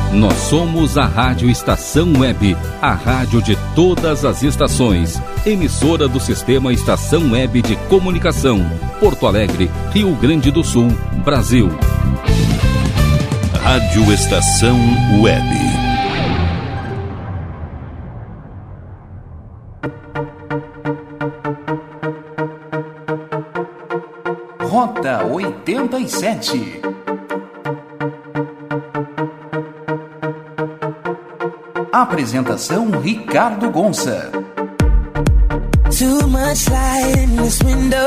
Nós somos a Rádio Estação Web, a rádio de todas as estações. Emissora do Sistema Estação Web de Comunicação. Porto Alegre, Rio Grande do Sul, Brasil. Rádio Estação Web. Rota 87. Apresentação Ricardo Gonça. Too much light in this window.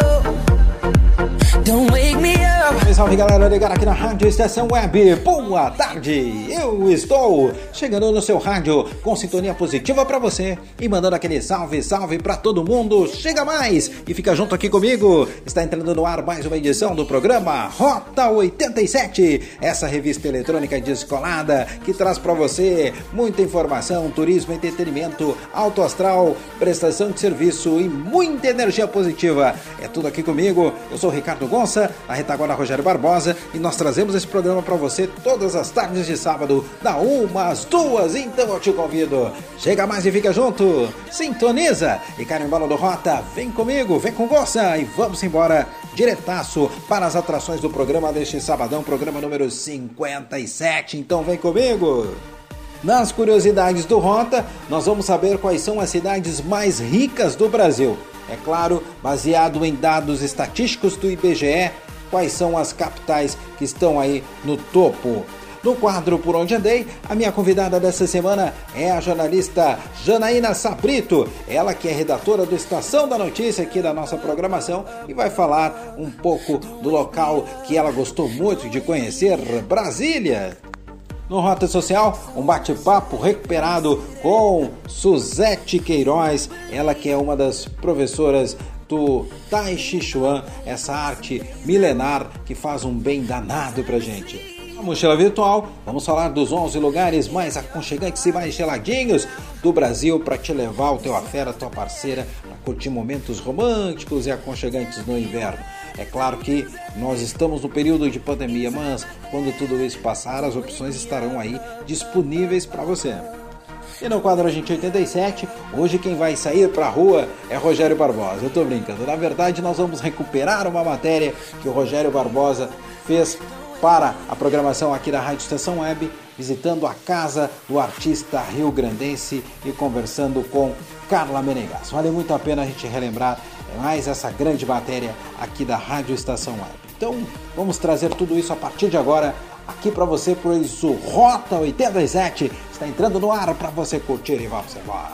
Don't wake me up. Salve galera, ligado aqui na Rádio Estação Web. Boa tarde, eu estou chegando no seu rádio com sintonia positiva pra você e mandando aquele salve, salve pra todo mundo. Chega mais e fica junto aqui comigo. Está entrando no ar mais uma edição do programa Rota 87, essa revista eletrônica descolada que traz pra você muita informação, turismo, entretenimento, alto astral, prestação de serviço e muita energia positiva. É tudo aqui comigo. Eu sou o Ricardo Gonça, a retaguarda Rogério Barbosa, e nós trazemos esse programa para você todas as tardes de sábado, da 1 às 2, então eu te convido. Chega mais e fica junto, sintoniza e cai no embalo do Rota, vem comigo, vem com Gonça e vamos embora diretaço para as atrações do programa deste sabadão, programa número 57, então vem comigo. Nas curiosidades do Rota, nós vamos saber quais são as cidades mais ricas do Brasil. É claro, baseado em dados estatísticos do IBGE, quais são as capitais que estão aí no topo. No quadro Por Onde Andei, a minha convidada dessa semana é a jornalista Janaína Sabrito, ela que é redatora do Estação da Notícia aqui da nossa programação e vai falar um pouco do local que ela gostou muito de conhecer, Brasília. No Rota Social, um bate-papo recuperado com Suzete Queiroz, ela que é uma das professoras do Tai Chi Chuan, essa arte milenar que faz um bem danado pra gente. Na mochila virtual, vamos falar dos 11 lugares mais aconchegantes e mais geladinhos do Brasil para te levar o teu afera, a tua parceira, para curtir momentos românticos e aconchegantes no inverno. É claro que nós estamos no período de pandemia, mas quando tudo isso passar, as opções estarão aí disponíveis para você. E no quadro Agente 87, hoje quem vai sair pra rua é Rogério Barbosa. Eu tô brincando, na verdade nós vamos recuperar uma matéria que o Rogério Barbosa fez para a programação aqui da Rádio Estação Web, visitando a casa do artista rio-grandense e conversando com Carla Menegas. Vale muito a pena a gente relembrar mais essa grande matéria aqui da Rádio Estação Web. Então vamos trazer tudo isso a partir de agora aqui para você, pois o Rota 87 está entrando no ar para você curtir e vamos embora.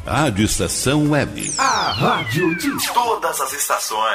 Rádio Estação Web. A rádio de todas as estações.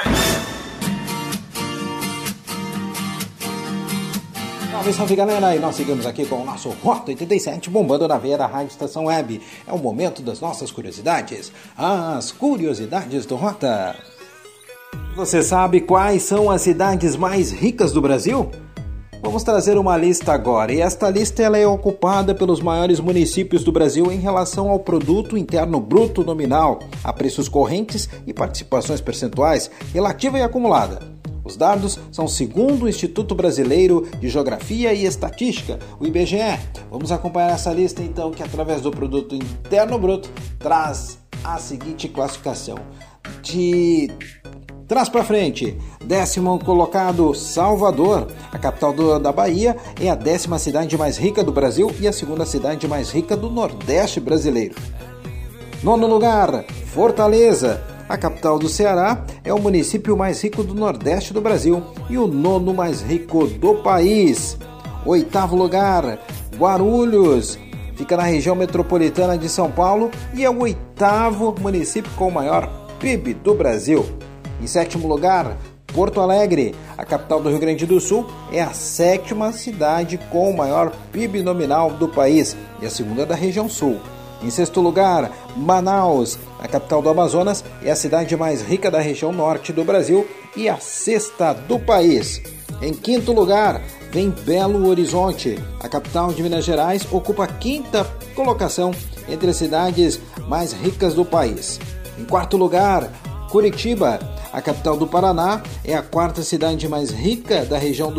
Salve, salve galera, e nós seguimos aqui com o nosso Rota 87 bombando na veia da Rádio Estação Web. É o momento das nossas curiosidades, as curiosidades do Rota. Você sabe quais são as cidades mais ricas do Brasil? Vamos trazer uma lista agora, e esta lista ela é ocupada pelos maiores municípios do Brasil em relação ao produto interno bruto nominal, a preços correntes e participações percentuais relativa e acumulada. Os dados são segundo o Instituto Brasileiro de Geografia e Estatística, o IBGE. Vamos acompanhar essa lista então, que através do produto interno bruto traz a seguinte classificação. De trás para frente, 10º colocado Salvador, a capital da Bahia, é a 10ª cidade mais rica do Brasil e a 2ª cidade mais rica do Nordeste brasileiro. 9º lugar, Fortaleza, a capital do Ceará, é o município mais rico do Nordeste do Brasil e o 9º mais rico do país. 8º lugar, Guarulhos, fica na região metropolitana de São Paulo e é o 8º município com o maior PIB do Brasil. Em 7º lugar, Porto Alegre, a capital do Rio Grande do Sul, é a 7ª cidade com o maior PIB nominal do país e a 2ª da região sul. Em 6º lugar, Manaus, a capital do Amazonas, é a cidade mais rica da região norte do Brasil e a 6ª do país. Em 5º lugar, vem Belo Horizonte, a capital de Minas Gerais, ocupa a 5ª colocação entre as cidades mais ricas do país. Em 4º lugar, Curitiba, a capital do Paraná, é a 4ª cidade mais rica da região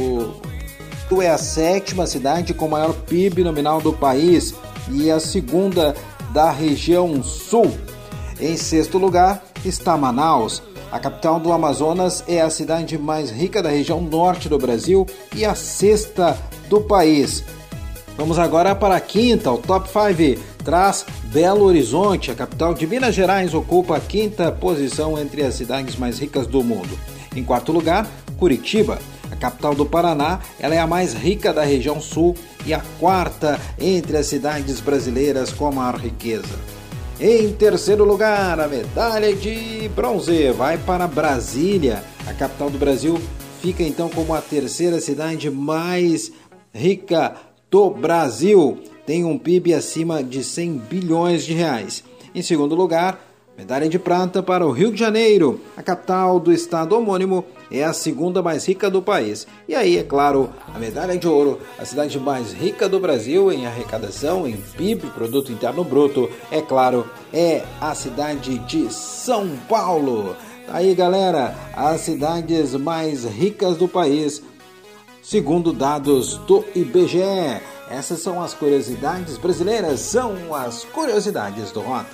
é a 7ª cidade com o maior PIB nominal do país e a 2ª da região sul. Em 6º lugar está Manaus, a capital do Amazonas, é a cidade mais rica da região norte do Brasil e a 6ª do país. Vamos agora para a 5ª, o Top 5 traz Belo Horizonte, a capital de Minas Gerais, ocupa a 5ª posição entre as cidades mais ricas do mundo. Em 4º lugar, Curitiba, a capital do Paraná, ela é a mais rica da região sul e a 4ª entre as cidades brasileiras com a maior riqueza. Em 3º lugar, a medalha de bronze vai para Brasília, a capital do Brasil, fica então como a 3ª cidade mais rica do Brasil, tem um PIB acima de 100 bilhões de reais. Em 2º lugar, medalha de prata para o Rio de Janeiro, a capital do estado homônimo, é a 2ª mais rica do país. E aí, é claro, a medalha de ouro, a cidade mais rica do Brasil em arrecadação, em PIB, Produto Interno Bruto, é claro, é a cidade de São Paulo. Aí, galera, as cidades mais ricas do país, segundo dados do IBGE. Essas são as curiosidades brasileiras, são as curiosidades do Rota.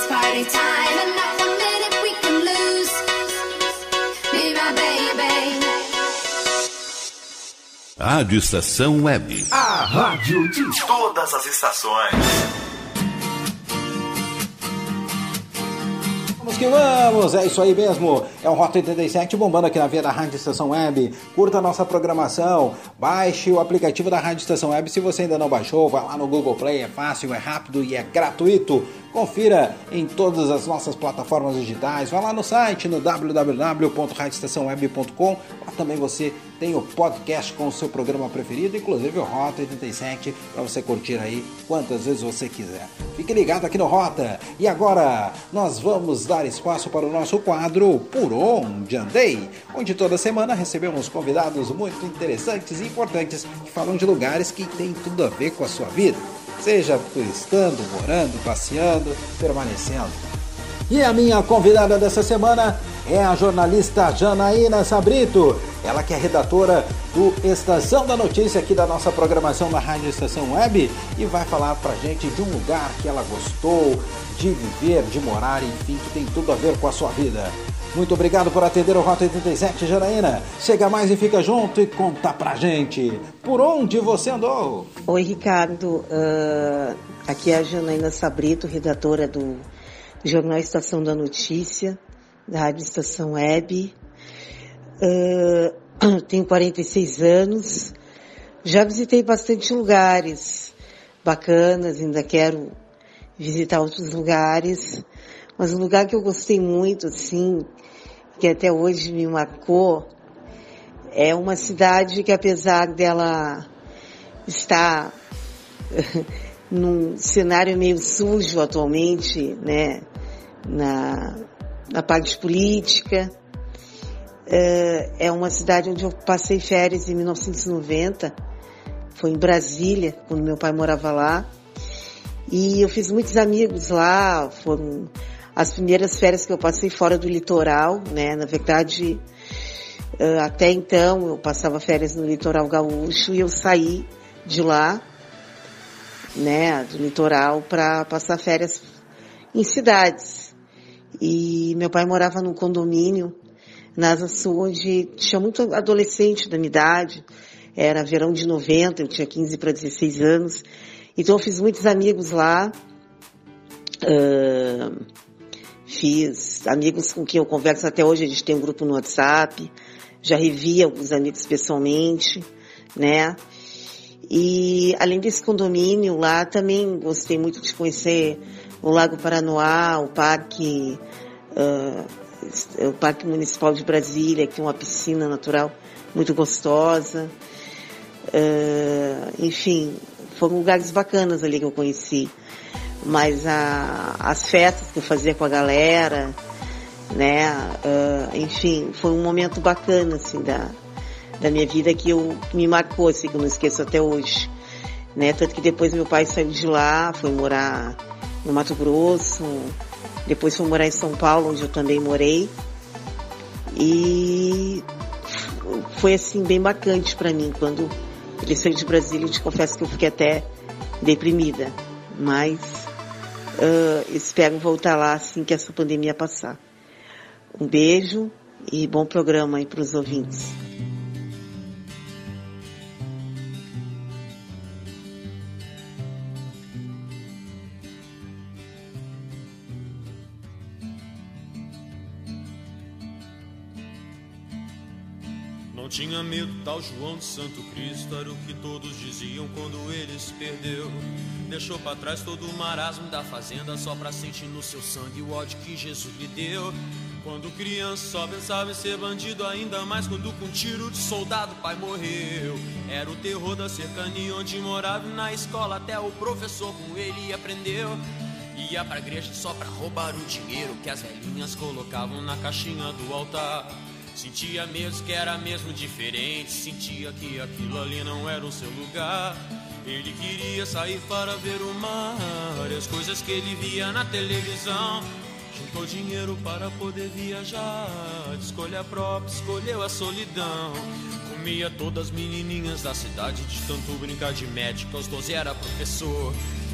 It's party time and not one minute we can lose. Be my baby. Rádio Estação Web. A rádio de todas as estações. Vamos que vamos, é isso aí mesmo, é o Rota 87 bombando aqui na via da Rádio Estação Web. Curta a nossa programação, baixe o aplicativo da Rádio Estação Web. Se você ainda não baixou, vai lá no Google Play, é fácil, é rápido e é gratuito. Confira em todas as nossas plataformas digitais, vai lá no site, no www.radioestaçãoweb.com. Lá também você tem o podcast com o seu programa preferido, inclusive o Rota 87, para você curtir aí quantas vezes você quiser. Fique ligado aqui no Rota. E agora nós vamos dar espaço para o nosso quadro Por Onde Andei, onde toda semana recebemos convidados muito interessantes e importantes que falam de lugares que têm tudo a ver com a sua vida, seja turistando, morando, passeando, permanecendo. E a minha convidada dessa semana é a jornalista Janaína Sabrito, ela que é redatora do Estação da Notícia aqui da nossa programação da Rádio Estação Web e vai falar pra gente de um lugar que ela gostou de viver, de morar, enfim, que tem tudo a ver com a sua vida. Muito obrigado por atender o Rota 87, Janaína. Chega mais e fica junto e conta pra gente por onde você andou. Oi, Ricardo. Aqui é a Janaína Sabrito, redatora do Jornal Estação da Notícia, da Rádio Estação Web. Tenho 46 anos. Já visitei bastante lugares bacanas, ainda quero visitar outros lugares. Mas um lugar que eu gostei muito, assim, que até hoje me marcou, é uma cidade que, apesar dela estar num cenário meio sujo atualmente, né, na parte política, é uma cidade onde eu passei férias em 1990, foi em Brasília, quando meu pai morava lá, e eu fiz muitos amigos lá, foram as primeiras férias que eu passei fora do litoral, né? Na verdade, até então eu passava férias no litoral gaúcho e eu saí de lá, né? Do litoral para passar férias em cidades. E meu pai morava num condomínio na Asa Sul, onde tinha muito adolescente da minha idade. Era verão de 90, eu tinha 15 para 16 anos. Então eu fiz muitos amigos lá. Fiz amigos com quem eu converso até hoje, a gente tem um grupo no WhatsApp, já revi alguns amigos pessoalmente, né? E além desse condomínio lá, também gostei muito de conhecer o Lago Paranoá, o Parque Municipal de Brasília, que é uma piscina natural muito gostosa. Enfim, foram lugares bacanas ali que eu conheci. Mas as festas que eu fazia com a galera, né, enfim, foi um momento bacana, assim, da minha vida que me marcou, assim, que eu não esqueço até hoje, né, tanto que depois meu pai saiu de lá, foi morar no Mato Grosso, depois foi morar em São Paulo, onde eu também morei, e foi, assim, bem bacante pra mim. Quando ele saiu de Brasília, eu te confesso que eu fiquei até deprimida, mas espero voltar lá assim que essa pandemia passar. Um beijo e bom programa aí para os ouvintes. Não tinha medo, tal João de Santo Cristo, era o que todos diziam quando ele se perdeu. Deixou pra trás todo o marasmo da fazenda, só pra sentir no seu sangue o ódio que Jesus lhe deu. Quando criança só pensava em ser bandido, ainda mais quando com tiro de soldado o pai morreu. Era o terror da cercania onde morava, e na escola até o professor com ele aprendeu. Ia pra igreja só pra roubar o dinheiro que as velhinhas colocavam na caixinha do altar. Sentia mesmo que era mesmo diferente, sentia que aquilo ali não era o seu lugar. Ele queria sair para ver o mar e as coisas que ele via na televisão. Juntou dinheiro para poder viajar, de escolha própria, escolheu a solidão. Comia todas as menininhas da cidade, de tanto brincar de médico, aos 12 era professor.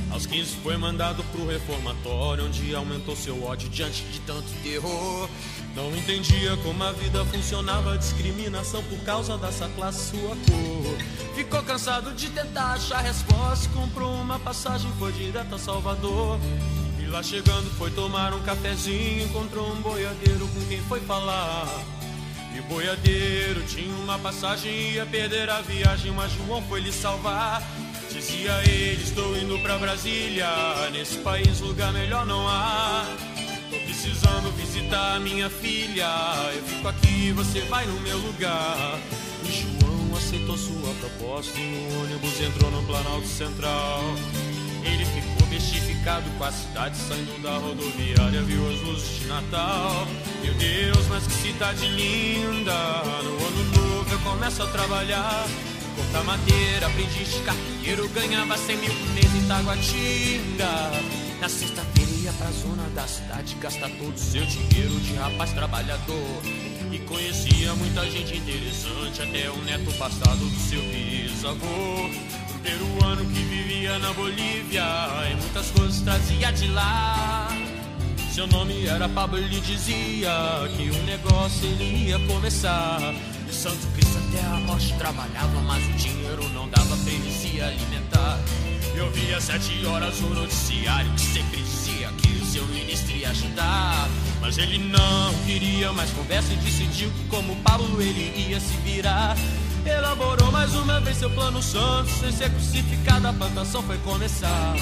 Aos 15 foi mandado pro reformatório, onde aumentou seu ódio diante de tanto terror. Não entendia como a vida funcionava, discriminação por causa dessa classe, sua cor. Ficou cansado de tentar achar resposta, comprou uma passagem, foi direto a Salvador. E lá chegando foi tomar um cafezinho, encontrou um boiadeiro com quem foi falar. E o boiadeiro tinha uma passagem, ia perder a viagem, mas João foi lhe salvar. Dizia ele, estou indo pra Brasília, nesse país lugar melhor não há. Tô precisando visitar a minha filha, eu fico aqui, você vai no meu lugar. E João aceitou sua proposta e no ônibus entrou no Planalto Central. Ele ficou bestificado com a cidade, saindo da rodoviária, viu as luzes de Natal. Meu Deus, mas que cidade linda, no ano novo eu começo a trabalhar. Cortar madeira, aprendi de carpinteiro, ganhava 100 mil por mês em Taguatinga. Na sexta-feira ia pra zona da cidade, gastar todo o seu dinheiro de rapaz trabalhador. E conhecia muita gente interessante, até um neto passado do seu bisavô. Um peruano que vivia na Bolívia e muitas coisas trazia de lá. Seu nome era Pablo, ele dizia que um negócio ele ia começar. O Santo Cristo até a morte trabalhava, mas o dinheiro não dava pra ele se alimentar. Eu via às 7 horas o noticiário que sempre dizia que o seu ministro ia ajudar. Mas ele não queria mais conversa e decidiu que como Pablo ele ia se virar. Elaborou mais uma vez seu plano santo, sem ser crucificado a plantação foi começar.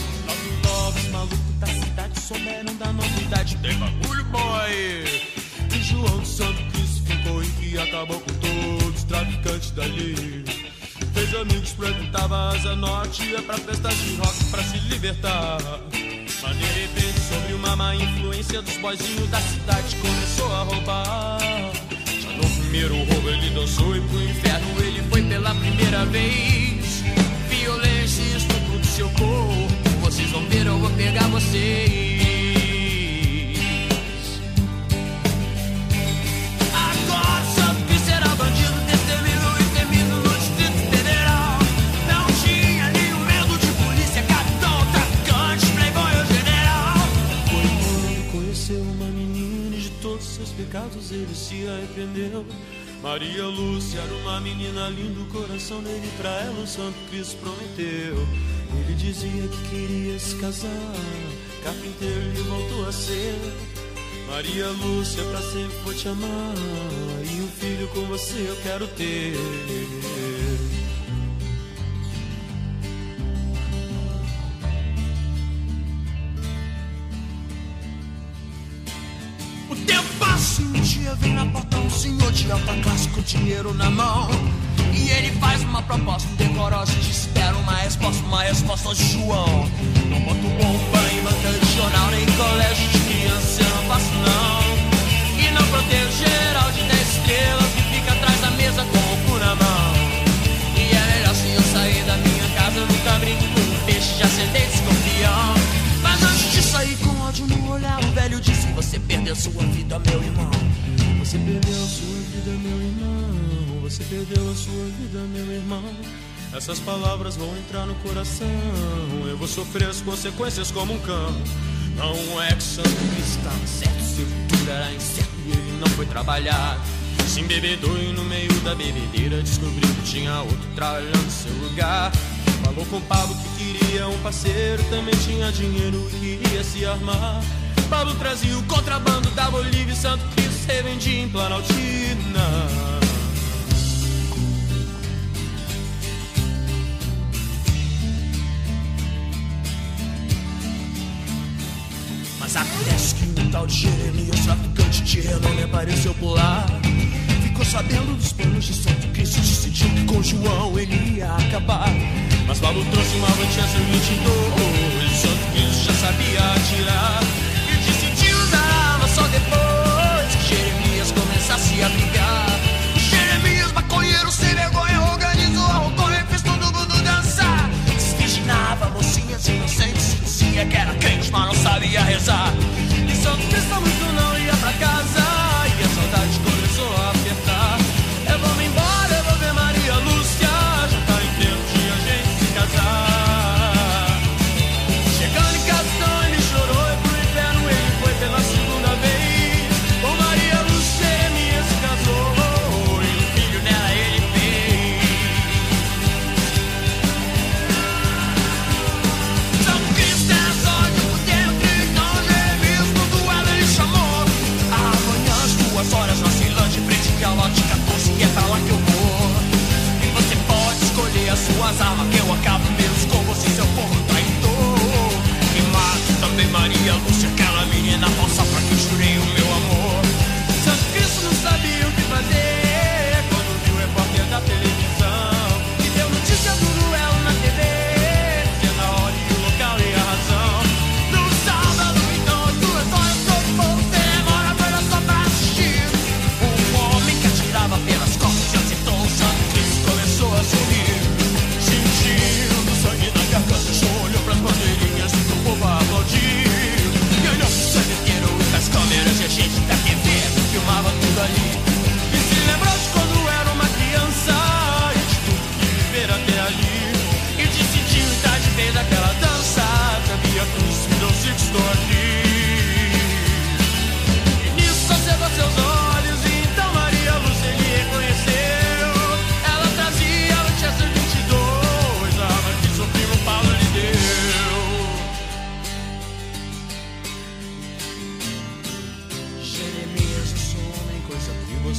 Logo os malucos da cidade souberam da novidade, tem bagulho boy. E João do Santo Cristo ficou em que acabou com todos os traficantes dali. Fez amigos, frequentava a Asa Norte, ia pra festas de rock pra se libertar. Mas de repente, sobre uma má influência dos boizinhos da cidade, começou a roubar. Já no primeiro roubo ele dançou e pro inferno ele foi pela primeira vez. Violência e estupro do seu corpo, vocês vão ver, eu vou pegar vocês. Agora Santo Cristo era bandido, destemido e temido no Distrito Federal. Não tinha nenhum medo de polícia, capitão, traficante, playboy ou general. Foi quando conheceu uma menina e de todos seus pecados ele se arrependeu. Maria Lúcia era uma menina linda, o coração dele pra ela o Santo Cristo prometeu. Ele dizia que queria se casar, carpinteiro ele voltou a ser. Maria Lúcia, pra sempre vou te amar, e um filho com você eu quero ter. O tempo passa e um dia vem na porta um senhor de alta classe com dinheiro na mão. E ele faz uma proposta decorosa e diz: espera uma resposta de João. Não boto bomba em banca de jornal, nem colégio de criança eu não faço não. E não protejo geral de 10 estrelas que fica atrás da mesa com o cu na mão. E é melhor se eu sair da minha casa, eu nunca brinco com um peixe de ascendente escorpião. Mas antes de sair com ódio no olhar, o velho disse: você perdeu sua vida, meu irmão. Você perdeu a sua vida, meu irmão. Você perdeu a sua vida, meu irmão. Essas palavras vão entrar no coração. Eu vou sofrer as consequências como um cão. Não é que Santo Cristo estava certo, seu futuro era incerto e ele não foi trabalhar. Se embebedou e no meio da bebedeira descobriu que tinha outro trabalhando no seu lugar. Falou com Pablo que queria um parceiro, também tinha dinheiro e queria se armar. Pablo trazia o contrabando da Bolívia e Santo Cristo se revendia em Planaltina. Mas acontece que um tal de Jeremias, traficante de renome, apareceu por lá. Ficou sabendo dos planos de Santo Cristo, decidiu que com João ele ia acabar. Mas Pablo trouxe uma Manchester 22, Santo Cristo já sabia atirar. E decidiu usar arma só depois que Jeremias começasse a brigar. Jeremias, maconheiro sem vergonha, organizou a roconha e fez todo mundo dançar. Desvirginava mocinhas inocentes, dizia que era crente, mas não sabia rezar. E Santo Cristo muito não ia pra casa, e a saudade começou a apertar. Eu vou me embora, eu vou ver Maria Lúcia, já tá em tempo de a gente se casar.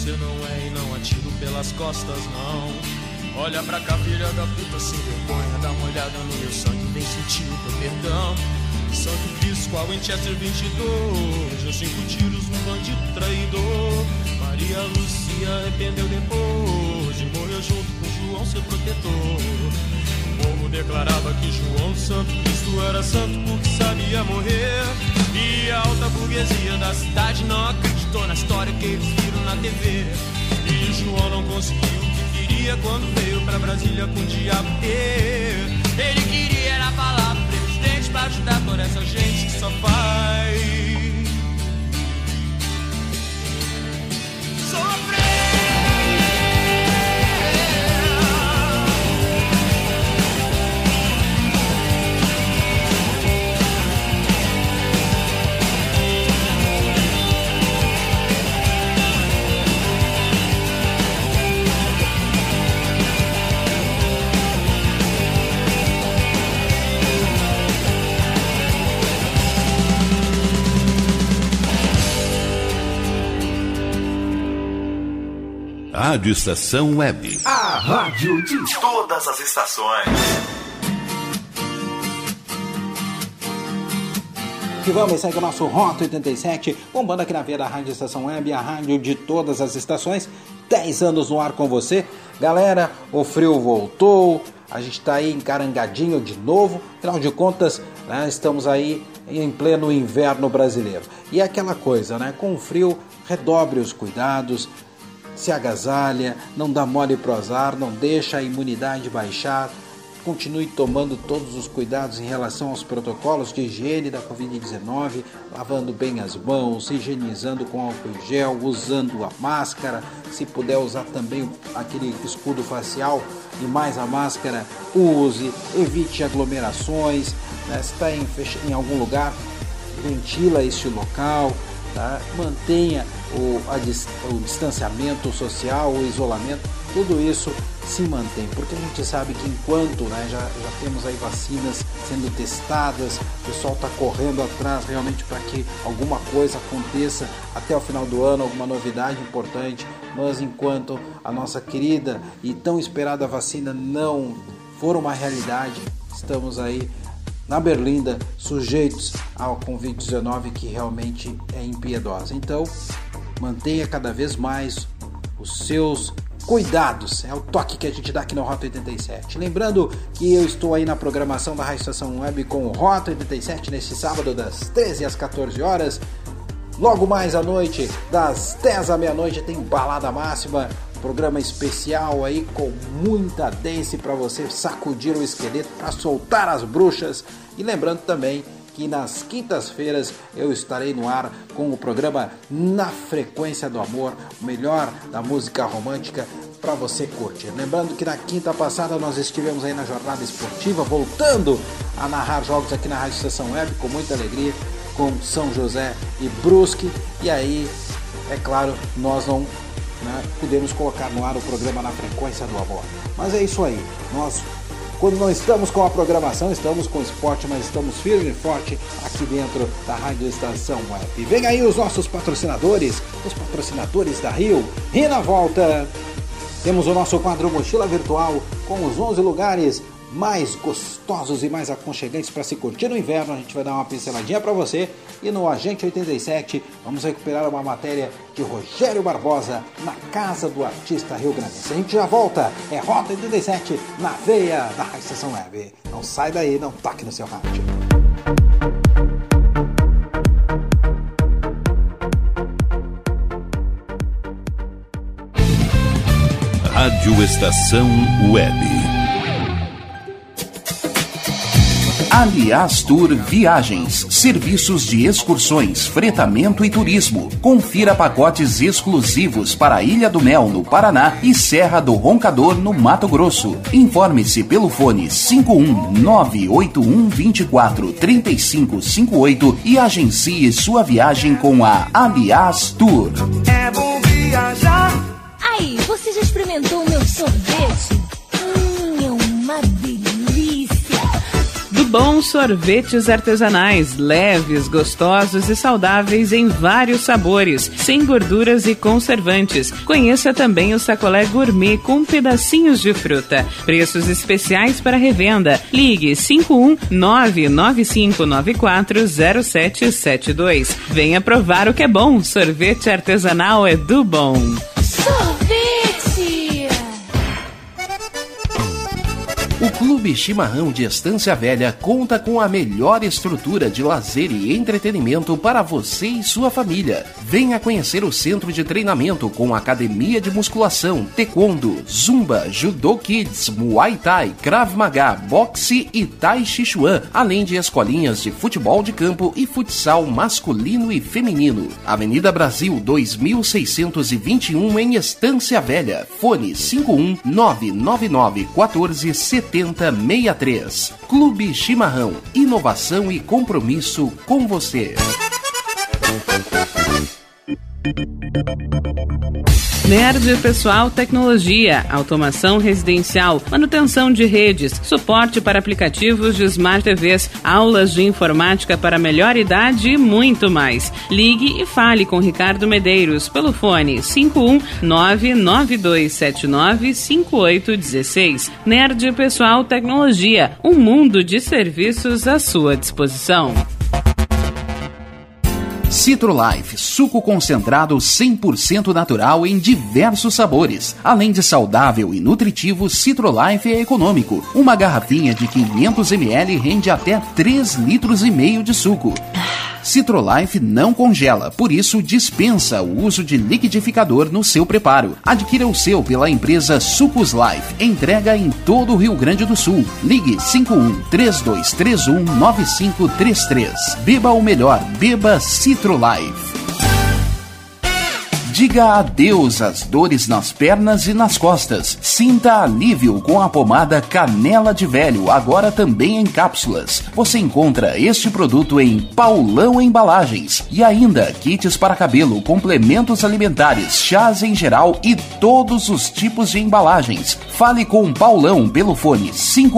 você não é e não atiro pelas costas, não. Olha pra cá, filha da puta, sem vergonha, dá uma olhada no meu sangue, vem sentir o teu perdão. Santo Cristo, qual Winchester 22, eu 5 tiros, um bandido traidor. Maria Lúcia arrependeu depois e morreu junto com João, seu protetor. O povo declarava que João Santo Cristo era santo porque sabia morrer. E a alta burguesia da cidade não acreditou na história que eles viram na TV. E João não conseguiu o que queria quando veio pra Brasília com o diabo ter. Ele queria era falar pro presidente pra ajudar toda essa gente que só faz sofrer. Rádio Estação Web. A rádio de todas as estações. Que vamos, segue o nosso Rota 87, bombando aqui na veia da Rádio Estação Web, a rádio de todas as estações. 10 anos no ar com você. Galera, o frio voltou, a gente está aí encarangadinho de novo. Afinal de contas, né, estamos aí em pleno inverno brasileiro. E é aquela coisa, né? Com o frio, redobre os cuidados, se agasalha, não dá mole pro azar, não deixa a imunidade baixar, continue tomando todos os cuidados em relação aos protocolos de higiene da Covid-19, lavando bem as mãos, higienizando com álcool em gel, usando a máscara, se puder usar também aquele escudo facial e mais a máscara, use, evite aglomerações, né? Se está em algum lugar, ventila este local, tá? Mantenha o distanciamento social, o isolamento, tudo isso se mantém, porque a gente sabe que enquanto, né, já temos aí vacinas sendo testadas, o pessoal está correndo atrás realmente para que alguma coisa aconteça até o final do ano, alguma novidade importante, mas enquanto a nossa querida e tão esperada vacina não for uma realidade, estamos aí na berlinda, sujeitos ao Covid-19 que realmente é impiedosa. Então, mantenha cada vez mais os seus cuidados. É o toque que a gente dá aqui no Rota 87. Lembrando que eu estou aí na programação da Rádio Estação Web com o Rota 87 neste sábado das 13 às 14 horas. Logo mais à noite, das 10 à meia-noite, tem Balada Máxima, programa especial aí com muita dance para você sacudir o esqueleto, para soltar as bruxas. E lembrando também que nas quintas-feiras eu estarei no ar com o programa Na Frequência do Amor, o melhor da música romântica para você curtir. Lembrando que na quinta passada nós estivemos aí na jornada esportiva, voltando a narrar jogos aqui na Rádio Estação Web com muita alegria, com São José e Brusque. E aí, é claro, nós não podemos colocar no ar o programa Na Frequência do Amor. Mas é isso aí, nós, quando não estamos com a programação, estamos com o esporte, mas estamos firme e forte aqui dentro da Rádio Estação Web. E vem aí os nossos patrocinadores, os patrocinadores da Rio. E na volta, temos o nosso quadro Mochila Virtual com os 11 lugares mais gostosos e mais aconchegantes para se curtir no inverno. A gente vai dar uma pinceladinha para você. E no Agente 87 vamos recuperar uma matéria de Rogério Barbosa na Casa do Artista Rio Grandense. A gente já volta, é Rota 87 na veia da Rádio Estação Web. Não sai daí, não toque no seu rádio. Rádio Estação Web. Aliás Tour Viagens, serviços de excursões, fretamento e turismo. Confira pacotes exclusivos para a Ilha do Mel, no Paraná, e Serra do Roncador, no Mato Grosso. Informe-se pelo fone 51981243558 e agencie sua viagem com a Aliás Tour. É bom viajar. Aí, você já experimentou o meu sorvete? É uma delícia. Do Bom sorvetes artesanais, leves, gostosos e saudáveis em vários sabores, sem gorduras e conservantes. Conheça também o sacolé gourmet com pedacinhos de fruta. Preços especiais para revenda. Ligue 51995940772. Venha provar o que é bom. Sorvete artesanal é do bom. O Clube Chimarrão de Estância Velha conta com a melhor estrutura de lazer e entretenimento para você e sua família. Venha conhecer o centro de treinamento com academia de musculação, taekwondo, zumba, judô kids, muay thai, krav maga, boxe e tai chi chuan, além de escolinhas de futebol de campo e futsal masculino e feminino. Avenida Brasil 2621 em Estância Velha. Fone 51999147063. Clube Chimarrão, inovação e compromisso com você. Nerd Pessoal Tecnologia, automação residencial, manutenção de redes, suporte para aplicativos de Smart TVs, aulas de informática para melhor idade e muito mais. Ligue e fale com Ricardo Medeiros pelo fone 51992795816. Nerd Pessoal Tecnologia, um mundo de serviços à sua disposição. Citrolife, suco concentrado 100% natural em diversos sabores. Além de saudável e nutritivo, Citrolife é econômico. Uma garrafinha de 500 ml rende até 3,5 litros de suco. Citrolife não congela, por isso dispensa o uso de liquidificador no seu preparo. Adquira o seu pela empresa Sucos Life. Entrega em todo o Rio Grande do Sul. Ligue 51-3231-9533. Beba o melhor, beba Citrolife. Diga adeus às dores nas pernas e nas costas. Sinta alívio com a pomada Canela de Velho, agora também em cápsulas. Você encontra este produto em Paulão Embalagens. E ainda kits para cabelo, complementos alimentares, chás em geral e todos os tipos de embalagens. Fale com Paulão pelo fone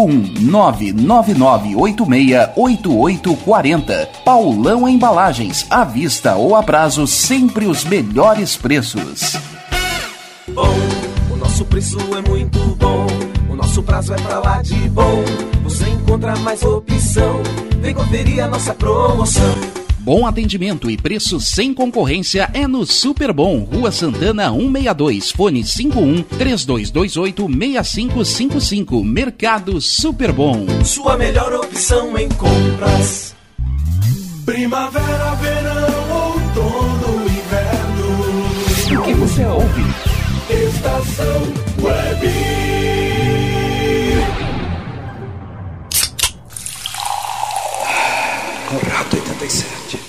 51999868840. Paulão Embalagens, à vista ou a prazo, sempre os melhores preços. Bom, o nosso preço é muito bom. O nosso prazo é pra lá de bom. Você encontra mais opção. Vem conferir a nossa promoção. Bom atendimento e preço sem concorrência é no Super Bom, Rua Santana 162, fone 51-3228-6555. Mercado Super Bom. Sua melhor opção em compras. Primavera, verão, outono, inverno. O que você ouve? Estação Web. Conrado 87.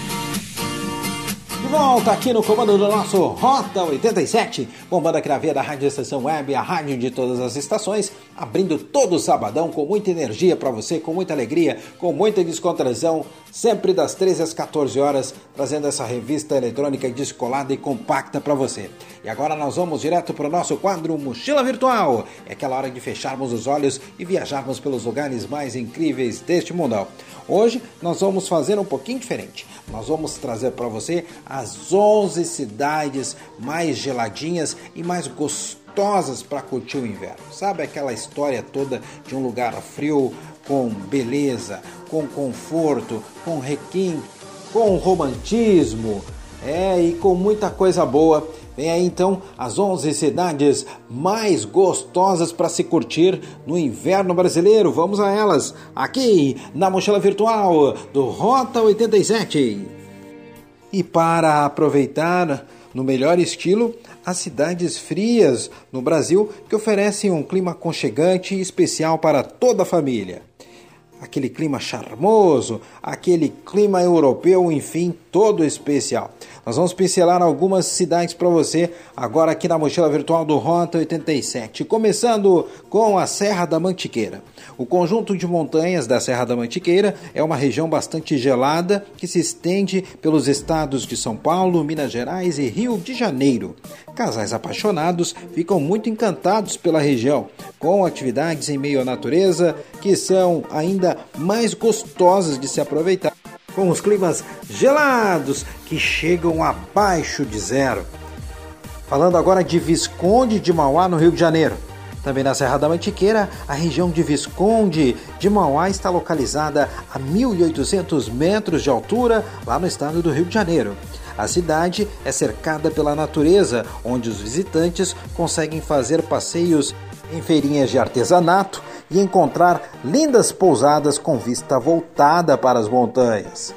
De volta aqui no comando do nosso Rota 87, bombando aqui na via da Rádio Estação Web, a rádio de todas as estações, abrindo todo sabadão com muita energia para você, com muita alegria, com muita descontração, sempre das 13 às 14 horas, trazendo essa revista eletrônica descolada e compacta para você. E agora nós vamos direto para o nosso quadro Mochila Virtual. É aquela hora de fecharmos os olhos e viajarmos pelos lugares mais incríveis deste mundão. Hoje nós vamos fazer um pouquinho diferente. Nós vamos trazer para você as 11 cidades mais geladinhas e mais gostosas para curtir o inverno. Sabe aquela história toda de um lugar frio com beleza, com conforto, com requinte, com romantismo, e com muita coisa boa. Vem aí então as 11 cidades mais gostosas para se curtir no inverno brasileiro. Vamos a elas, aqui na Mochila Virtual do Rota 87. E para aproveitar no melhor estilo, as cidades frias no Brasil que oferecem um clima aconchegante e especial para toda a família. Aquele clima charmoso, aquele clima europeu, enfim, todo especial. Nós vamos pincelar algumas cidades para você agora aqui na mochila virtual do Rota 87. Começando com a Serra da Mantiqueira. O conjunto de montanhas da Serra da Mantiqueira é uma região bastante gelada que se estende pelos estados de São Paulo, Minas Gerais e Rio de Janeiro. Casais apaixonados ficam muito encantados pela região, com atividades em meio à natureza que são ainda mais gostosas de se aproveitar, com os climas gelados que chegam abaixo de zero. Falando agora de Visconde de Mauá, no Rio de Janeiro. Também na Serra da Mantiqueira, a região de Visconde de Mauá está localizada a 1.800 metros de altura, lá no estado do Rio de Janeiro. A cidade é cercada pela natureza, onde os visitantes conseguem fazer passeios em feirinhas de artesanato e encontrar lindas pousadas com vista voltada para as montanhas.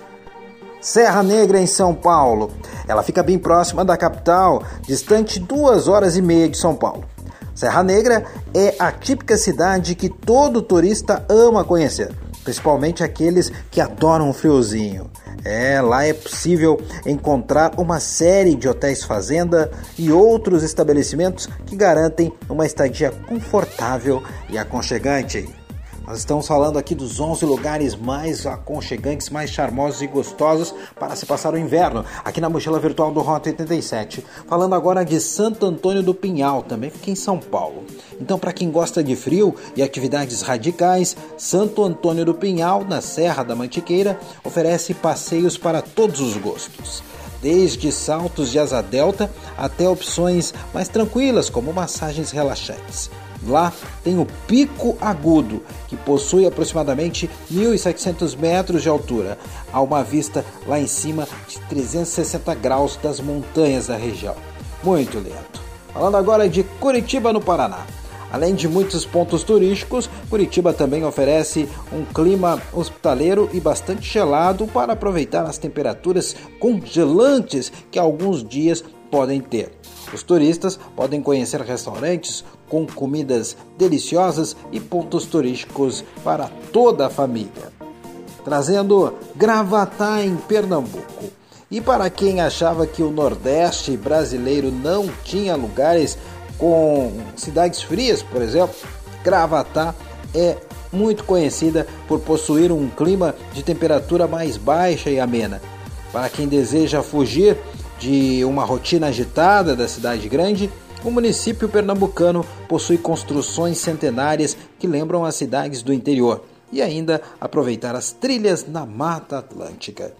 Serra Negra, em São Paulo. Ela fica bem próxima da capital, distante 2 horas e meia de São Paulo. Serra Negra é a típica cidade que todo turista ama conhecer, principalmente aqueles que adoram um friozinho. Lá é possível encontrar uma série de hotéis fazenda e outros estabelecimentos que garantem uma estadia confortável e aconchegante. Nós estamos falando aqui dos 11 lugares mais aconchegantes, mais charmosos e gostosos para se passar o inverno, aqui na mochila virtual do Rota 87. Falando agora de Santo Antônio do Pinhal, também fica em São Paulo. Então, para quem gosta de frio e atividades radicais, Santo Antônio do Pinhal, na Serra da Mantiqueira, oferece passeios para todos os gostos. Desde saltos de asa delta até opções mais tranquilas, como massagens relaxantes. Lá tem o Pico Agudo, que possui aproximadamente 1.700 metros de altura, a uma vista lá em cima de 360 graus das montanhas da região. Muito lindo. Falando agora de Curitiba, no Paraná. Além de muitos pontos turísticos, Curitiba também oferece um clima hospitaleiro e bastante gelado para aproveitar as temperaturas congelantes que alguns dias podem ter. Os turistas podem conhecer restaurantes com comidas deliciosas e pontos turísticos para toda a família. Trazendo Gravatá, em Pernambuco. E para quem achava que o Nordeste brasileiro não tinha lugares com cidades frias, por exemplo, Gravatá é muito conhecida por possuir um clima de temperatura mais baixa e amena. Para quem deseja fugir de uma rotina agitada da cidade grande, o município pernambucano possui construções centenárias que lembram as cidades do interior e ainda aproveitar as trilhas na Mata Atlântica.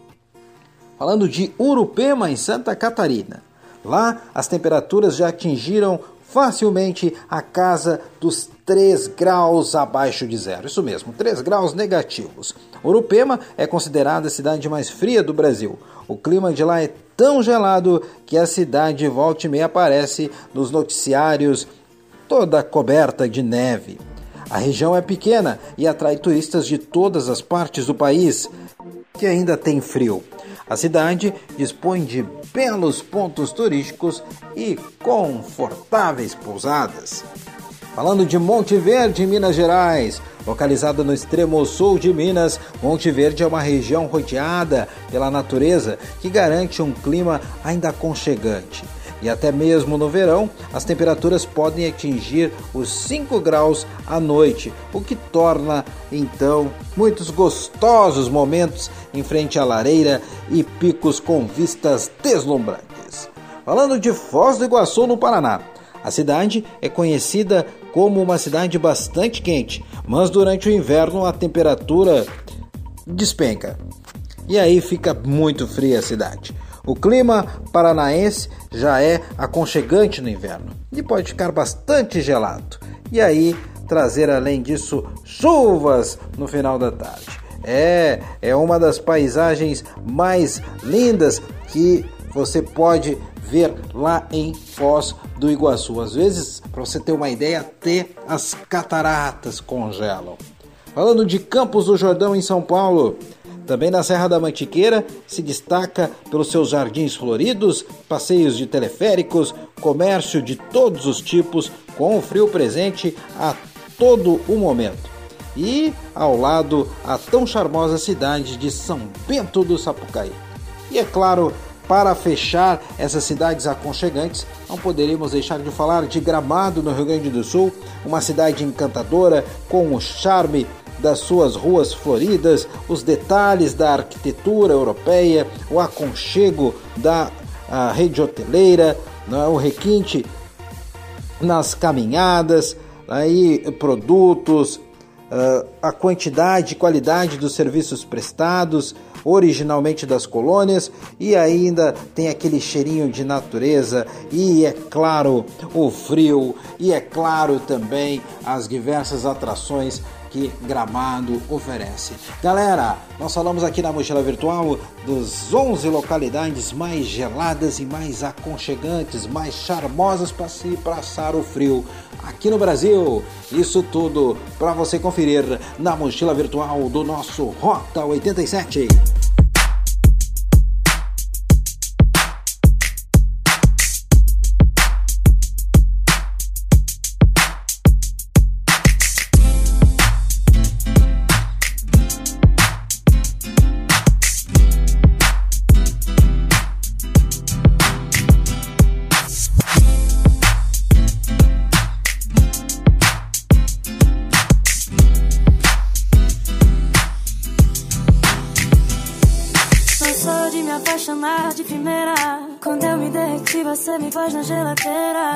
Falando de Urupema, em Santa Catarina. Lá, as temperaturas já atingiram facilmente a casa dos 3 graus abaixo de zero. Isso mesmo, 3 graus negativos. Urupema é considerada a cidade mais fria do Brasil. O clima de lá é tão gelado que a cidade volta e meia aparece nos noticiários toda coberta de neve. A região é pequena e atrai turistas de todas as partes do país que ainda tem frio. A cidade dispõe de belos pontos turísticos e confortáveis pousadas. Falando de Monte Verde, em Minas Gerais, localizada no extremo sul de Minas, Monte Verde é uma região rodeada pela natureza que garante um clima ainda aconchegante. E até mesmo no verão, as temperaturas podem atingir os 5 graus à noite, o que torna, então, muitos gostosos momentos em frente à lareira e picos com vistas deslumbrantes. Falando de Foz do Iguaçu, no Paraná, a cidade é conhecida como uma cidade bastante quente, mas durante o inverno a temperatura despenca. E aí fica muito fria a cidade. O clima paranaense já é aconchegante no inverno e pode ficar bastante gelado. E aí trazer, além disso, chuvas no final da tarde. É uma das paisagens mais lindas que você pode ver lá em Foz do Iguaçu. Às vezes, para você ter uma ideia, até as cataratas congelam. Falando de Campos do Jordão, em São Paulo, também na Serra da Mantiqueira, se destaca pelos seus jardins floridos, passeios de teleféricos, comércio de todos os tipos, com o frio presente a todo o momento. E ao lado, a tão charmosa cidade de São Bento do Sapucaí. E é claro, para fechar essas cidades aconchegantes, não poderíamos deixar de falar de Gramado, no Rio Grande do Sul, uma cidade encantadora com o charme das suas ruas floridas, os detalhes da arquitetura europeia, o aconchego da rede hoteleira, o requinte nas caminhadas, aí produtos, a quantidade e qualidade dos serviços prestados, originalmente das colônias, e ainda tem aquele cheirinho de natureza, e é claro o frio, e é claro também as diversas atrações que Gramado oferece. Galera, nós falamos aqui na Mochila Virtual dos 11 localidades mais geladas e mais aconchegantes, mais charmosas para se passar o frio aqui no Brasil. Isso tudo para você conferir na Mochila Virtual do nosso Rota 87. De primeira, quando eu me derreti, você me pôs na geladeira.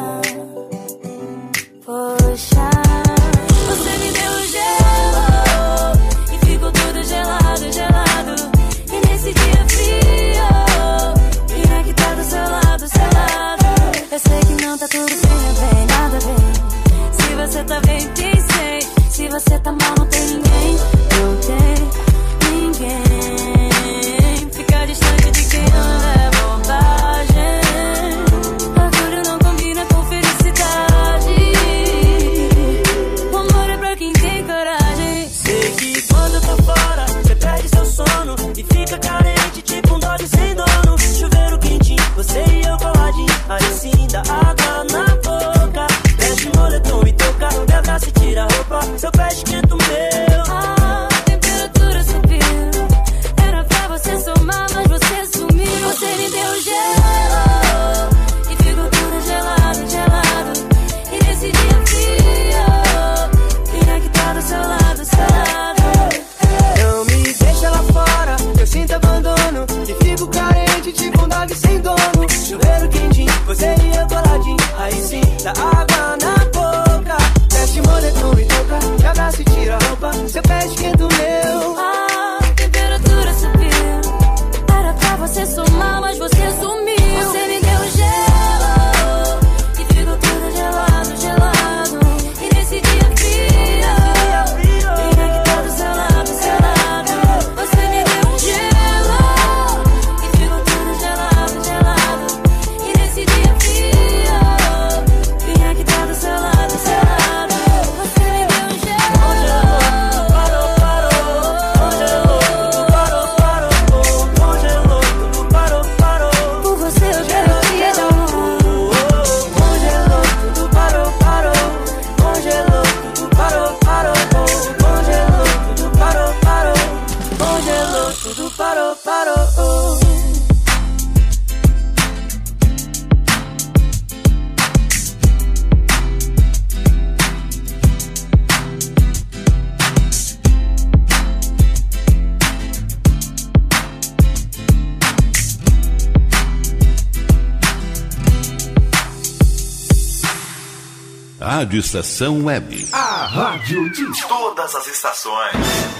Poxa, você me deu gelo e ficou tudo gelado, gelado. E nesse dia frio, vim aqui tá do seu lado, selado. Eu sei que não tá tudo bem, nada bem. Se você tá bem, tem sei. Se você tá mal, não tem ninguém, não tem ninguém. Ficar distante de quem anda é bobagem. Orgulho não combina com felicidade. O amor é pra quem tem coragem. Sei que quando eu tô fora, você perde seu sono e fica carente, tipo um dog sem dono. Chuveiro quentinho, você e eu coladinho. Aí sim dá água na boca. Veste moletom e toca, me abraça e tira a roupa. Seu pé esquenta o meu. A temperatura subiu. Era pra você somar, mas você sumiu. Você me deu gelo e ficou tudo gelado, gelado. E nesse dia frio, vim aqui tá do seu lado, selado. Não me deixa lá fora, eu sinto abandono. E fico carente, tipo um dog sem dono. Chuveiro quentinho, você e eu coladinho. Aí sim, dá água na boca. Veste moletom e toca, me abraça e tira a roupa. Seu pé esquenta o meu. A temperatura subiu. Era pra você somar, mas você sumiu. Você me deu gelo e ficou tudo gelado, gelado. E nesse dia frio, vim aqui tá do seu lado, selado. Você me deu gelo e ficou tudo gelado, gelado. E nesse dia frio, vim aqui tá do seu lado, selado. Você me deu gelo. Parou, congelou, tudo parou, parou. Por você eu quero te dar um Congelou, tudo parou, parou. Congelou, tudo parou, parou. Congelou, tudo parou, parou. Congelou, tudo parou, parou. Rádio Estação Web. A rádio de todas as estações.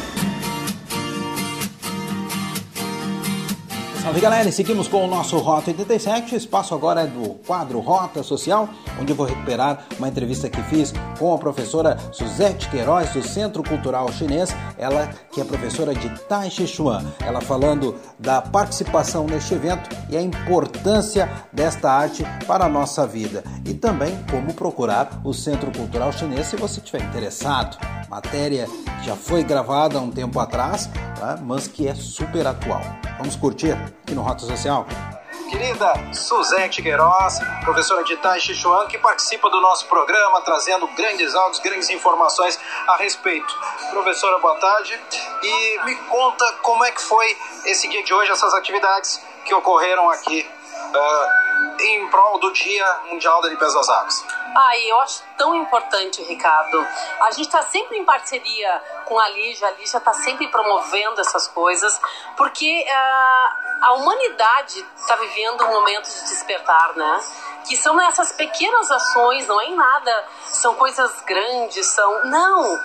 Salve galera, e seguimos com o nosso Rota 87, espaço agora é do quadro Rota Social, onde eu vou recuperar uma entrevista que fiz com a professora Suzete Queiroz, do Centro Cultural Chinês, ela que é professora de Tai Chi Chuan, ela falando da participação neste evento e a importância desta arte para a nossa vida, e também como procurar o Centro Cultural Chinês se você estiver interessado. Matéria que já foi gravada há um tempo atrás, tá? Mas que é super atual. Vamos curtir aqui no Rota Social. Querida Suzete Queiroz, professora de Tai Chi Chuan, que participa do nosso programa, trazendo grandes áudios, grandes informações a respeito. Professora, boa tarde. E me conta como é que foi esse dia de hoje, essas atividades que ocorreram aqui em prol do Dia Mundial da Limpeza das Águas? Eu acho tão importante, Ricardo. A gente está sempre em parceria com a Lígia está sempre promovendo essas coisas, porque a humanidade está vivendo um momento de despertar, né? Que são nessas pequenas ações, não é em nada, são coisas grandes, não,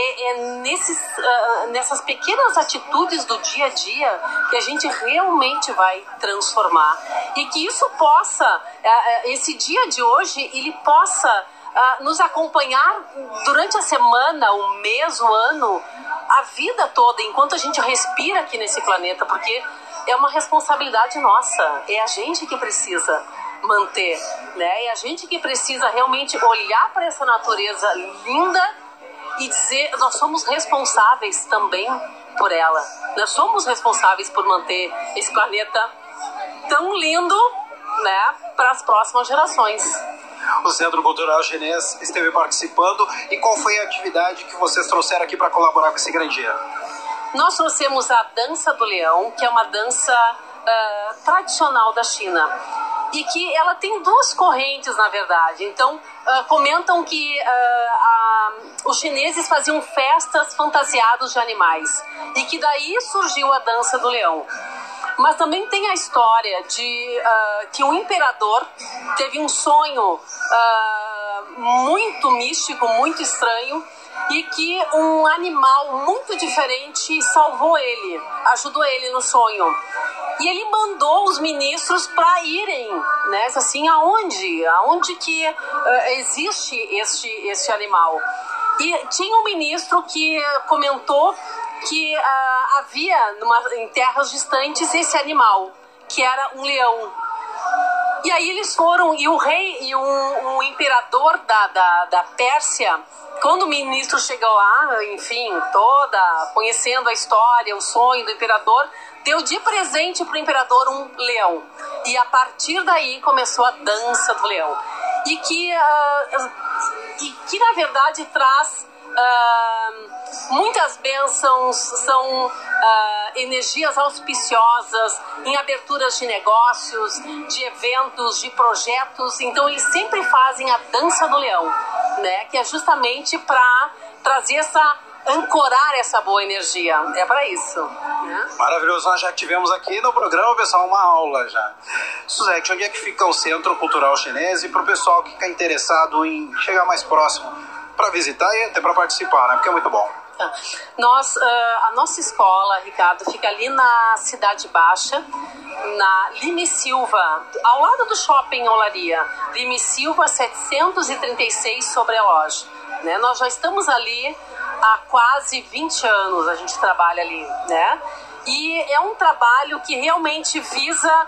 nessas pequenas atitudes do dia a dia que a gente realmente vai transformar, e que isso possa, esse dia de hoje, ele possa nos acompanhar durante a semana, o mês, o ano, a vida toda, enquanto a gente respira aqui nesse planeta, porque é uma responsabilidade nossa, é a gente que precisa manter, né? É a gente que precisa realmente olhar para essa natureza linda e dizer, nós somos responsáveis também por ela, nós somos responsáveis por manter esse planeta tão lindo, né, para as próximas gerações. O Centro Cultural Chinês esteve participando, e qual foi a atividade que vocês trouxeram aqui para colaborar com esse grande dia? Nós trouxemos a dança do leão, que é uma dança tradicional da China, e que ela tem duas correntes, na verdade. Então, comentam que os chineses faziam festas fantasiados de animais, e que daí surgiu a dança do leão. Mas também tem a história de que um imperador teve um sonho muito místico, muito estranho, e que um animal muito diferente salvou ele, ajudou ele no sonho. E ele mandou os ministros para irem, né, assim, aonde que existe este animal. E tinha um ministro que comentou que havia em terras distantes esse animal, que era um leão. E aí eles foram, e o rei e um imperador da Pérsia, quando o ministro chegou lá, enfim, conhecendo a história, o sonho do imperador, deu de presente para o imperador um leão. E a partir daí começou a dança do leão. E que na verdade traz muitas bênçãos, são energias auspiciosas em aberturas de negócios, de eventos, de projetos. Então eles sempre fazem a dança do leão, né? Que é justamente para trazer ancorar essa boa energia. É para isso, né? Maravilhoso. Nós já tivemos aqui no programa, pessoal, uma aula já. Suzete, onde é que fica o Centro Cultural Chinês? E para o pessoal que fica interessado em chegar mais próximo para visitar e até para participar, né? Porque é muito bom. A nossa escola, Ricardo, fica ali na Cidade Baixa, na Lime Silva, ao lado do Shopping Olaria. Lime Silva 736 sobre a loja, né? Nós já estamos ali há quase 20 anos, a gente trabalha ali, né? E é um trabalho que realmente visa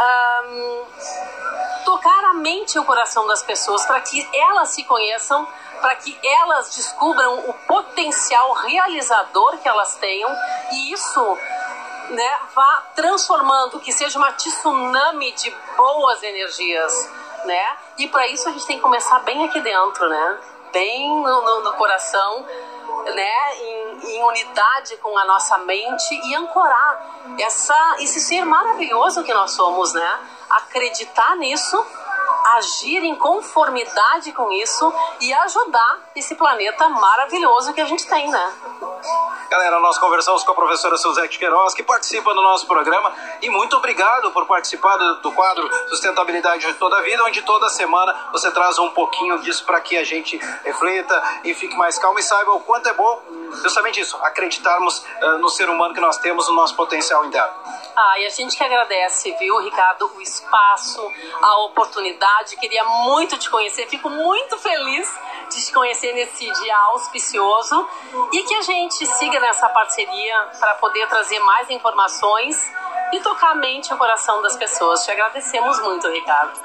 tocar a mente e o coração das pessoas, para que elas se conheçam, para que elas descubram o potencial realizador que elas tenham, e isso, né, vá transformando, que seja uma tsunami de boas energias, né? E para isso a gente tem que começar bem aqui dentro, né? Bem no coração, né? Em unidade com a nossa mente, e ancorar esse ser maravilhoso que nós somos, né? Acreditar nisso, agir em conformidade com isso e ajudar esse planeta maravilhoso que a gente tem, né? Galera, nós conversamos com a professora Suzete Queiroz, que participa do nosso programa, e muito obrigado por participar do quadro Sustentabilidade de Toda a Vida, onde toda semana você traz um pouquinho disso para que a gente reflita e fique mais calmo e saiba o quanto é bom justamente isso, acreditarmos no ser humano que nós temos, no nosso potencial interno. E a gente que agradece, viu, Ricardo, o espaço, a oportunidade. Queria muito te conhecer, fico muito feliz de te conhecer nesse dia auspicioso, e que a gente siga nessa parceria para poder trazer mais informações e tocar a mente e o coração das pessoas. Te agradecemos muito, Ricardo.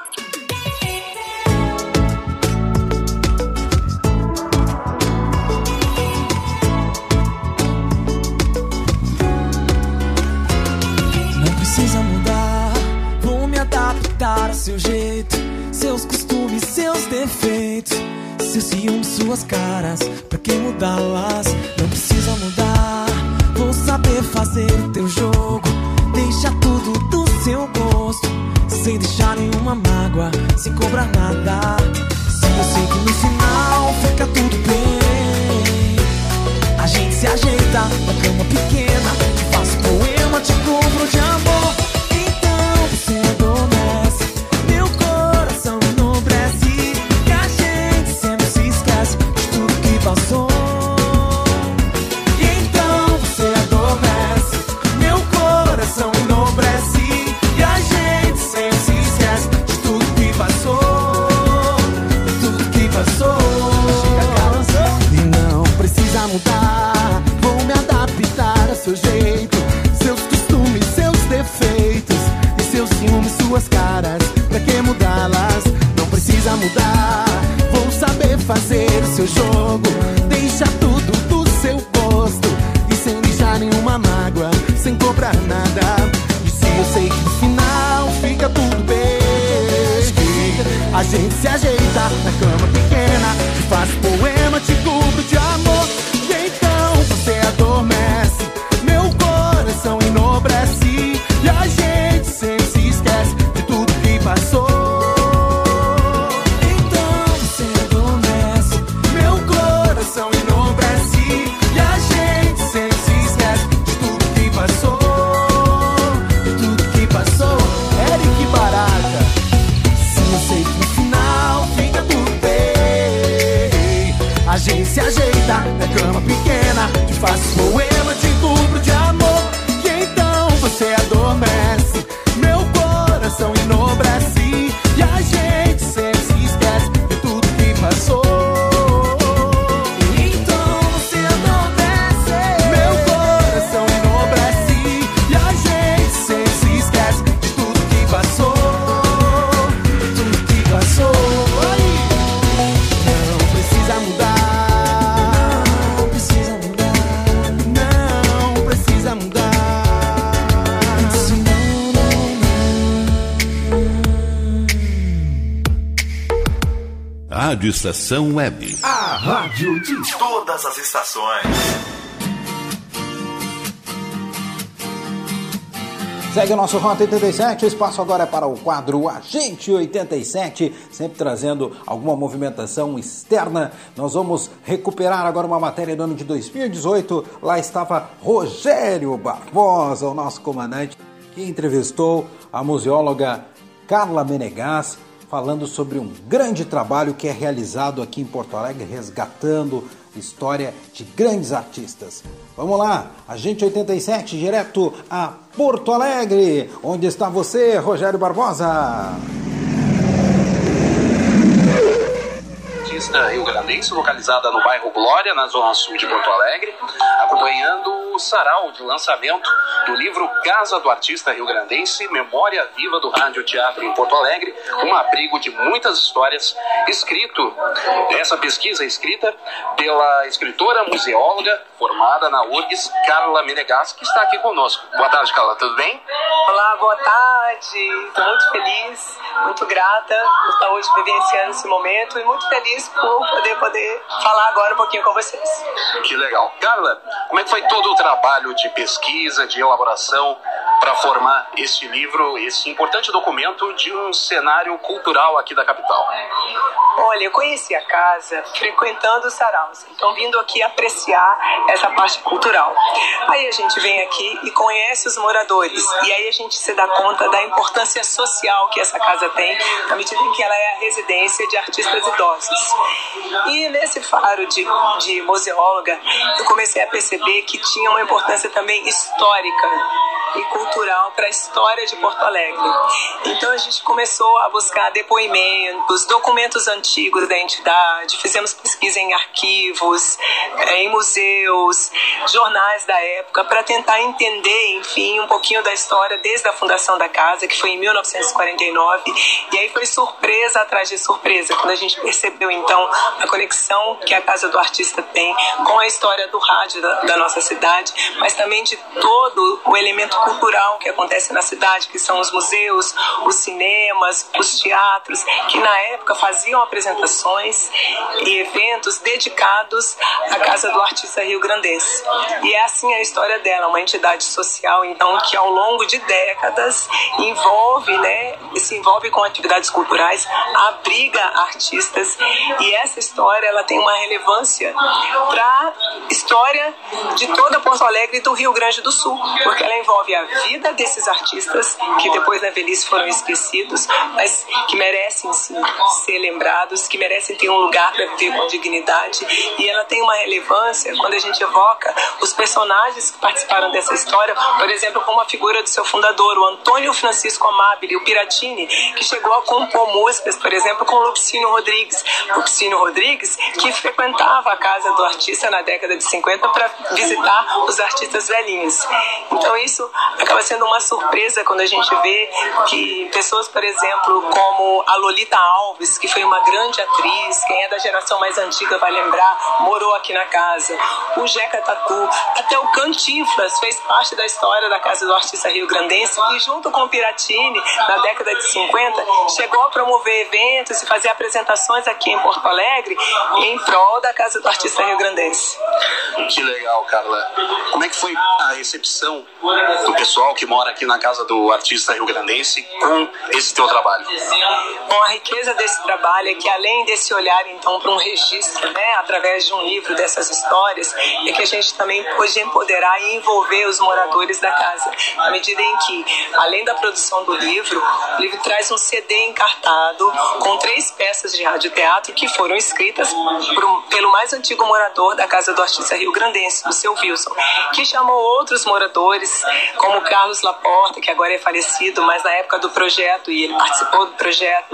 Não precisa mudar, vou me adaptar ao seu jeito, seus costumes, seus defeitos, seus ciúmes, suas caras, pra que mudá-las? Não precisa mudar, vou saber fazer o teu jogo, deixa tudo do seu gosto. sem deixar nenhuma mágoa, sem cobrar nada. Sim, eu sei que no final fica tudo bem. A gente se ajeita na cama pequena, te faço poema, te cubro de amor. Então você adormece, meu coração enobrece, e a gente sempre se esquece de tudo que passou. Então você adormece, meu coração enobrece, e a gente sempre se esquece de tudo que passou. E não precisa mudar, vou me adaptar a seu jeito, seus costumes, seus defeitos, e seus ciúmes, suas caras, pra que mudá-las? Não precisa mudar, vou saber fazer o seu jogo, deixa tudo do seu gosto, e sem deixar nenhuma mágoa, sem cobrar nada. E se eu sei que no final fica tudo bem, a gente se ajeita na cama pequena, te faço poema, te cubro de amor. E então você adormece, meu coração enobrece, e a gente sempre se esquece de tudo que passou. Então você adormece, meu coração enobrece, e a gente sempre se esquece de tudo que passou. De tudo que passou. Eric Barata. Eu sei que no final fica tudo bem. A gente se ajeita na cama pequena, te faço poema, te cubro de amor. E então você adormece, meu coração enobrece, e a gente sempre se esquece de tudo que passou. Então você adormece, meu coração enobrece, e a gente sempre se esquece de tudo que passou. Não precisa mudar, não precisa mudar, não precisa mudar. Rádio Estação Web. A rádio de todas as estações. Segue o nosso Rota 87, o espaço agora é para o quadro Agente 87, sempre trazendo alguma movimentação externa. Nós vamos recuperar agora uma matéria do ano de 2018, lá estava Rogério Barbosa, o nosso comandante, que entrevistou a museóloga Carla Menegas, falando sobre um grande trabalho que é realizado aqui em Porto Alegre, resgatando história de grandes artistas. Vamos lá, Agente 87, direto a Porto Alegre. Onde está você, Rogério Barbosa? Artista rio-grandense, localizada no bairro Glória, na zona sul de Porto Alegre, acompanhando o sarau de lançamento do livro Casa do Artista Rio-Grandense, Memória Viva do Rádio Teatro em Porto Alegre, um abrigo de muitas histórias, essa pesquisa escrita pela escritora museóloga formada na URGS, Carla Menegas, que está aqui conosco. Boa tarde, Carla, tudo bem? Olá, boa tarde. Estou muito feliz, muito grata por estar hoje vivenciando esse momento e muito feliz por poder falar agora um pouquinho com vocês. Que legal. Carla, como é que foi todo o trabalho de pesquisa, de elaboração para formar este livro, esse importante documento de um cenário cultural aqui da capital? Olha, eu conheci a casa frequentando os saraus, então vindo aqui apreciar essa parte cultural. Aí a gente vem aqui e conhece os moradores, e aí a gente se dá conta da importância social que essa casa tem, na medida em que ela é a residência de artistas idosos. E nesse faro de museóloga, eu comecei a perceber que tinha uma importância também histórica e cultural para a história de Porto Alegre. Então a gente começou a buscar depoimentos, documentos antigos da entidade, fizemos pesquisa em arquivos, em museus, jornais da época, para tentar entender, enfim, um pouquinho da história desde a fundação da casa, que foi em 1949, e aí foi surpresa atrás de surpresa, quando a gente percebeu então a conexão que a Casa do Artista tem com a história do rádio da nossa cidade, mas também de todo o elemento cultural que acontece na cidade, que são os museus, os cinemas, os teatros, que na época faziam apresentações e eventos dedicados à Casa do Artista Rio-Grandense. E é assim a história dela, uma entidade social, então, que ao longo de décadas se envolve com atividades culturais, abriga artistas, e essa história ela tem uma relevância para a história de toda Porto Alegre e do Rio Grande do Sul, porque ela envolve a vida desses artistas que depois na velhice foram esquecidos, mas que merecem sim ser lembrados, que merecem ter um lugar para viver com dignidade, e ela tem uma relevância quando a gente evoca os personagens que participaram dessa história, por exemplo, como a figura do seu fundador, o Antônio Francisco Amabile, o Piratini, que chegou a compor músicas, por exemplo, com Lupicínio Rodrigues. Lupicínio Rodrigues, que frequentava a Casa do Artista na década de 50 para visitar os artistas velhinhos. Então isso acaba sendo uma surpresa quando a gente vê que pessoas, por exemplo, como a Lolita Alves, que foi uma grande atriz, quem é da geração mais antiga vai lembrar, morou aqui na casa, o Jeca Tatu, até o Cantinflas fez parte da história da Casa do Artista Rio-Grandense, e junto com o Piratini, na década de 50, chegou a promover eventos e fazer apresentações aqui em Porto Alegre em prol da Casa do Artista Rio-Grandense. Que legal, Carla. Como é que foi a recepção do pessoal que mora aqui na Casa do Artista Rio-Grandense com esse teu trabalho? Bom, a riqueza desse trabalho é que, além desse olhar, então, para um registro, através de um livro dessas histórias, é que a gente também pôde empoderar e envolver os moradores da casa, na medida em que, além da produção do livro, o livro traz um CD encartado com 3 peças de radioteatro que foram escritas pelo mais antigo morador da Casa do Artista Rio-Grandense, o seu Wilson, que chamou outros moradores, como Carlos Laporta, que agora é falecido, mas na época do projeto, e ele participou do projeto,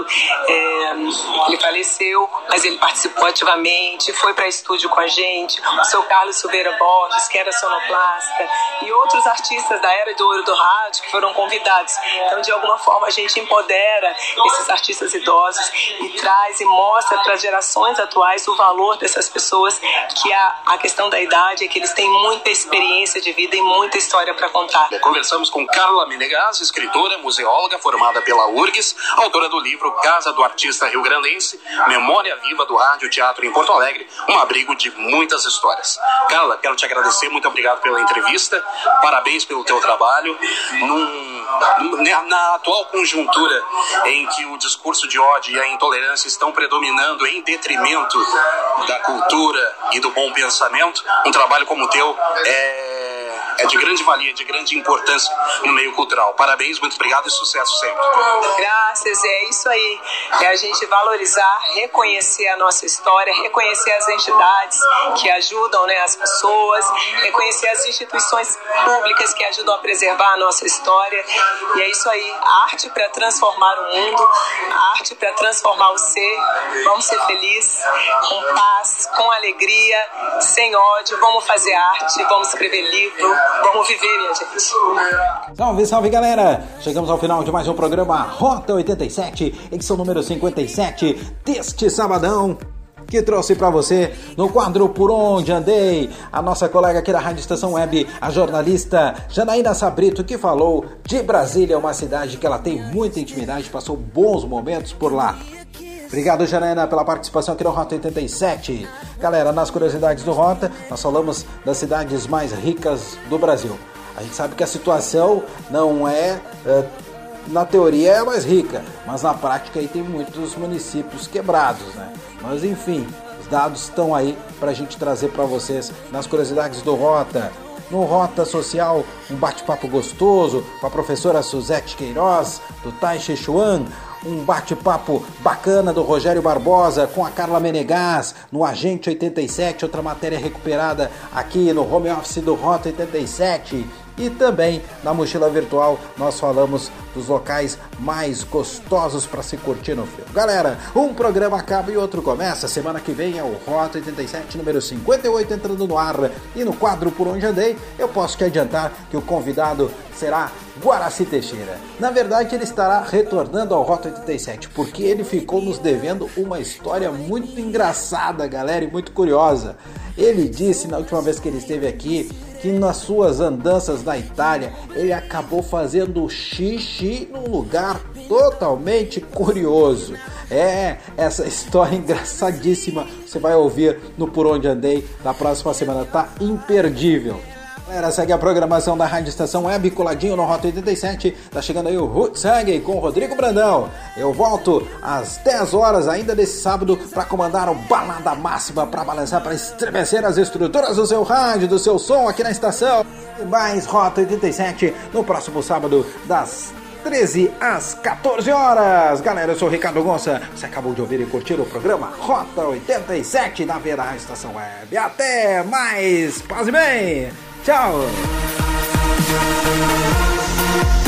ele faleceu, mas ele participou ativamente, foi para estúdio com a gente, o seu Carlos Silveira Borges, que era sonoplasta, e outros artistas da Era de Ouro do Rádio que foram convidados. Então, de alguma forma, a gente empodera esses artistas idosos e traz e mostra para as gerações atuais o valor dessas pessoas, que a questão da idade é que eles têm muita experiência de vida e muita história para contar. Conversamos com Carla Menegas, escritora, museóloga formada pela URGS, autora do livro Casa do Artista Rio-Grandense, Memória Viva do Rádio Teatro em Porto Alegre, um abrigo de muitas histórias. Carla, quero te agradecer, muito obrigado pela entrevista, parabéns pelo teu trabalho. Na atual conjuntura em que o discurso de ódio e a intolerância estão predominando em detrimento da cultura e do bom pensamento, um trabalho como o teu é de grande valia, de grande importância no meio cultural. Parabéns, muito obrigado e sucesso sempre. Graças, é isso aí. É a gente valorizar, reconhecer a nossa história, reconhecer as entidades que ajudam as pessoas, reconhecer as instituições públicas que ajudam a preservar a nossa história. E é isso aí, a arte para transformar o mundo, a arte para transformar o ser. Vamos ser felizes, com paz, com alegria, sem ódio. Vamos fazer arte, vamos escrever livro, vamos viver, minha gente. Salve, salve, galera! Chegamos ao final de mais um programa Rota 87, edição número 57 deste sabadão, que trouxe pra você, no quadro Por Onde Andei, a nossa colega aqui da Rádio Estação Web, a jornalista Janaína Sabrito, que falou de Brasília, uma cidade que ela tem muita intimidade, passou bons momentos por lá. Obrigado, Janaína, pela participação aqui no Rota 87. Galera, nas curiosidades do Rota, nós falamos das cidades mais ricas do Brasil. A gente sabe que a situação não na teoria é a mais rica, mas na prática aí tem muitos municípios quebrados, né? Mas enfim, os dados estão aí pra gente trazer pra vocês nas curiosidades do Rota. No Rota Social, um bate-papo gostoso com a professora Suzete Queiroz, do Tai Chi Chuan, um bate-papo bacana do Rogério Barbosa com a Carla Menegas, no Agente 87, outra matéria recuperada aqui no Home Office do Rota 87. E também na Mochila Virtual nós falamos dos locais mais gostosos para se curtir no frio. Galera, um programa acaba e outro começa. Semana que vem é o Rota 87, número 58, entrando no ar. E no quadro Por Onde Andei, eu posso te adiantar que o convidado será Guaraci Teixeira. Na verdade, ele estará retornando ao Rota 87, porque ele ficou nos devendo uma história muito engraçada, galera, e muito curiosa. Ele disse, na última vez que ele esteve aqui, que nas suas andanças na Itália ele acabou fazendo xixi num lugar totalmente curioso. Essa história engraçadíssima você vai ouvir no Por Onde Andei na próxima semana, tá imperdível. Galera, segue a programação da Rádio Estação Web, coladinho no Rota 87. Tá chegando aí o Ruth Sangue com o Rodrigo Brandão. Eu volto às 10 horas ainda desse sábado para comandar o Balada Máxima, para balançar, para estremecer as estruturas do seu rádio, do seu som aqui na estação. E mais Rota 87 no próximo sábado das 13 às 14 horas. Galera, eu sou o Ricardo Gonça. Você acabou de ouvir e curtir o programa Rota 87 na Vera Estação Web. Até mais. Paz e bem. Tchau!